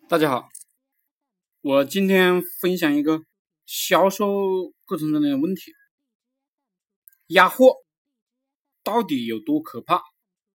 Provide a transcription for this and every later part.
大家好，我今天分享一个销售过程中的问题：压货到底有多可怕？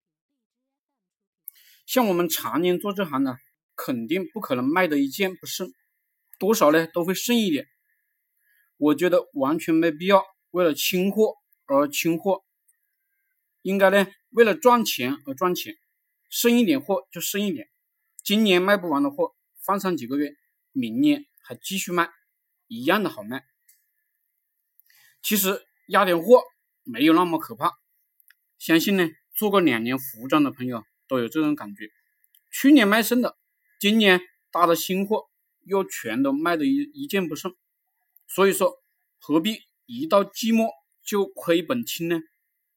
像我们常年做这行的，肯定不可能卖得一件不剩，多少呢都会剩一点。我觉得完全没必要为了清货而清货，应该呢为了赚钱而赚钱，剩一点货就剩一点。今年卖不完的货放上几个月，明年还继续卖，一样的好卖。其实压点货没有那么可怕，相信呢做过2年服装的朋友都有这种感觉。去年卖剩的，今年搭的新货又全都卖得一件不剩，所以说何必一到季末就亏本清呢？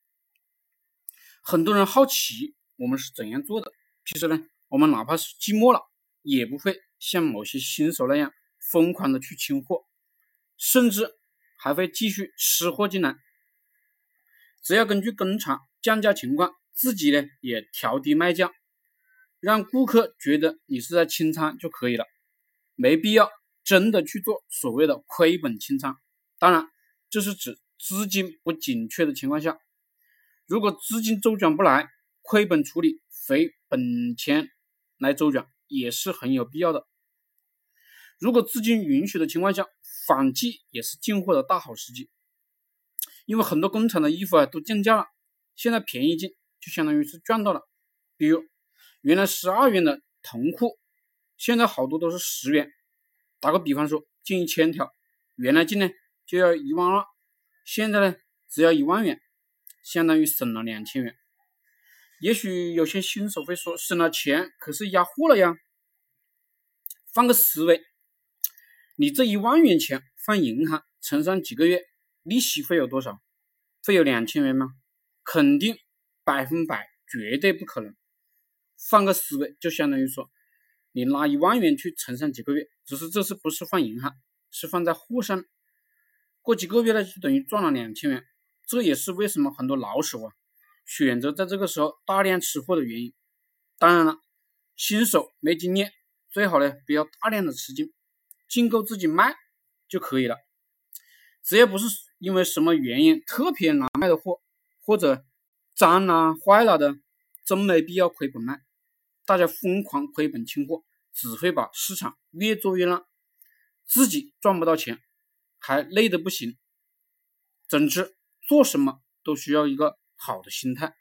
很多人好奇我们是怎样做的，其实呢我们哪怕是季末了，也不会像某些新手那样疯狂的去清货，甚至还会继续吃货进来。只要根据工厂降价情况，自己呢也调低卖价，让顾客觉得你是在清仓就可以了，没必要真的去做所谓的亏本清仓。当然这是指资金不紧缺的情况下，如果资金周转不来，亏本处理非本钱来周转也是很有必要的。如果资金允许的情况下，反季也是进货的大好时机。因为很多工厂的衣服都降价了，现在便宜进就相当于是赚到了。比如原来12元的同裤，现在好多都是10元。打个比方说，进1000条，原来进呢就要12000，现在呢只要1万元，相当于省了2000元。也许有些新手会说，省了钱可是压货了呀。换个思维，你这1万元钱放银行乘上几个月，利息会有多少？会有2000元吗？肯定100%绝对不可能。换个思维，就相当于说你拿1万元去乘上几个月，只是这次不是放银行，是放在货上，过几个月呢就等于赚了2000元。这也是为什么很多老手选择在这个时候大量吃货的原因。当然了，新手没经验，最好呢不要大量的吃进够自己卖就可以了。只要不是因为什么原因特别难卖的货，或者脏了坏了的，真没必要亏本卖。大家疯狂亏本清货，只会把市场越做越烂，自己赚不到钱，还累得不行。总之做什么都需要一个好的心态。